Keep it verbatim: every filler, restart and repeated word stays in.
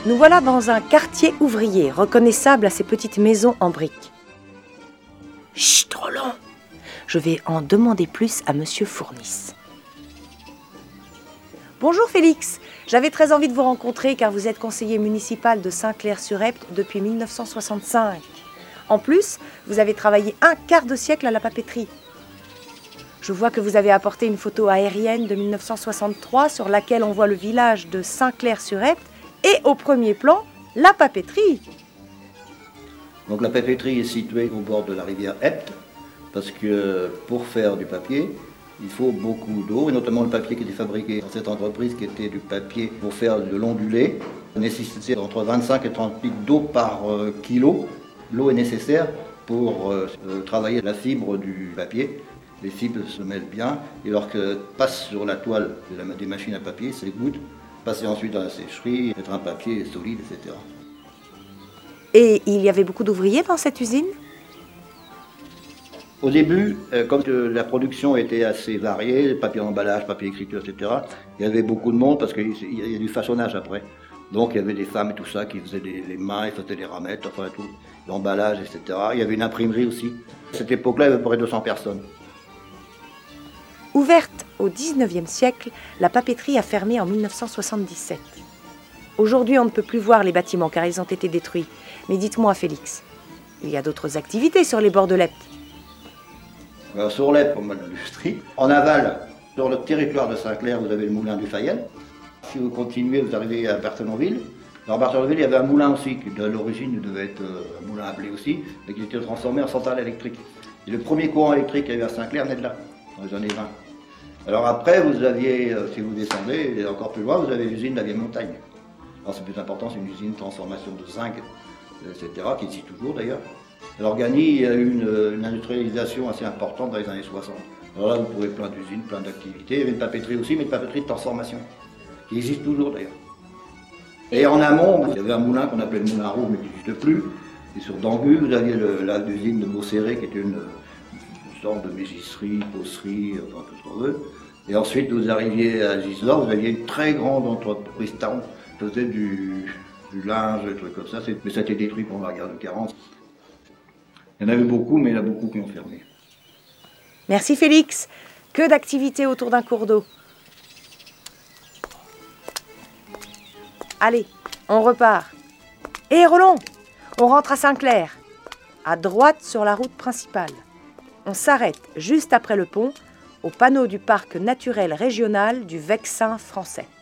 Nous voilà dans un quartier ouvrier, reconnaissable à ces petites maisons en briques. Chut, Roland! Je vais en demander plus à Monsieur Fournis. Bonjour Félix, j'avais très envie de vous rencontrer car vous êtes conseiller municipal de Saint-Clair-sur-Epte depuis mille neuf cent soixante-cinq. En plus, vous avez travaillé un quart de siècle à la papeterie. Je vois que vous avez apporté une photo aérienne de mille neuf cent soixante-trois sur laquelle on voit le village de Saint-Clair-sur-Epte et au premier plan, la papeterie. Donc la papeterie est située au bord de la rivière Epte parce que pour faire du papier, il faut beaucoup d'eau, et notamment le papier qui était fabriqué dans cette entreprise qui était du papier pour faire de l'ondulé, nécessitait entre vingt-cinq et trente litres d'eau par euh, kilo. L'eau est nécessaire pour euh, travailler la fibre du papier. Les fibres se mêlent bien, et lorsqu'elles passent sur la toile de la, des machines à papier, c'est gouttes, passer ensuite dans la sécherie, être un papier solide, et cetera. Et il y avait beaucoup d'ouvriers dans cette usine ? Au début, euh, comme euh, la production était assez variée, papier d'emballage, papier écriture, et cetera, il y avait beaucoup de monde parce qu'il y, y a du façonnage après. Donc il y avait des femmes et tout ça qui faisaient des, les mains, ils faisaient des ramettes, enfin tout, l'emballage, et cetera. Il y avait une imprimerie aussi. À cette époque-là, il y avait à peu près deux cents personnes. Ouverte au dix-neuvième siècle, la papeterie a fermé en mille neuf cent soixante-dix-sept. Aujourd'hui, on ne peut plus voir les bâtiments car ils ont été détruits. Mais dites-moi, Félix, il y a d'autres activités sur les bords de l'Epte ? Alors, sur l'Epte, comme l'industrie. En aval, sur le territoire de Saint-Clair, vous avez le moulin du Fayel. Si vous continuez, vous arrivez à Bartholoméville. Dans Bartholoméville, il y avait un moulin aussi, qui de l'origine devait être un moulin à blé aussi, mais qui était transformé en centrale électrique. Et le premier courant électrique qu'il y avait à Saint-Clair naît de là, dans les années vingt. Alors après, vous aviez, si vous descendez, et encore plus loin, vous avez l'usine de la Vieille Montagne. Alors c'est plus important, c'est une usine de transformation de zinc, et cetera, qui existe toujours d'ailleurs. Alors Gagny a eu une, une industrialisation assez importante dans les années soixante. Alors là, vous trouvez plein d'usines, plein d'activités. Il y avait une papeterie aussi, mais une papeterie de transformation, qui existe toujours d'ailleurs. Et en amont, il y avait un moulin qu'on appelait le moulin rouge, mais qui n'existe plus. Et sur Dangu, vous aviez l'usine de Beaucéré, qui était une, une sorte de mégisserie, pocerie, enfin tout ce qu'on veut. Et ensuite, vous arriviez à Gisors, vous aviez une très grande entreprise town qui faisait du, du linge, des trucs comme ça. Mais ça a été détruit pendant la guerre de quarante. Il y en avait beaucoup, mais il y en a beaucoup qui ont fermé. Merci Félix. Que d'activités autour d'un cours d'eau. Allez, on repart. Hé Roland, on rentre à Saint-Clair. À droite sur la route principale. On s'arrête juste après le pont, au panneau du parc naturel régional du Vexin français.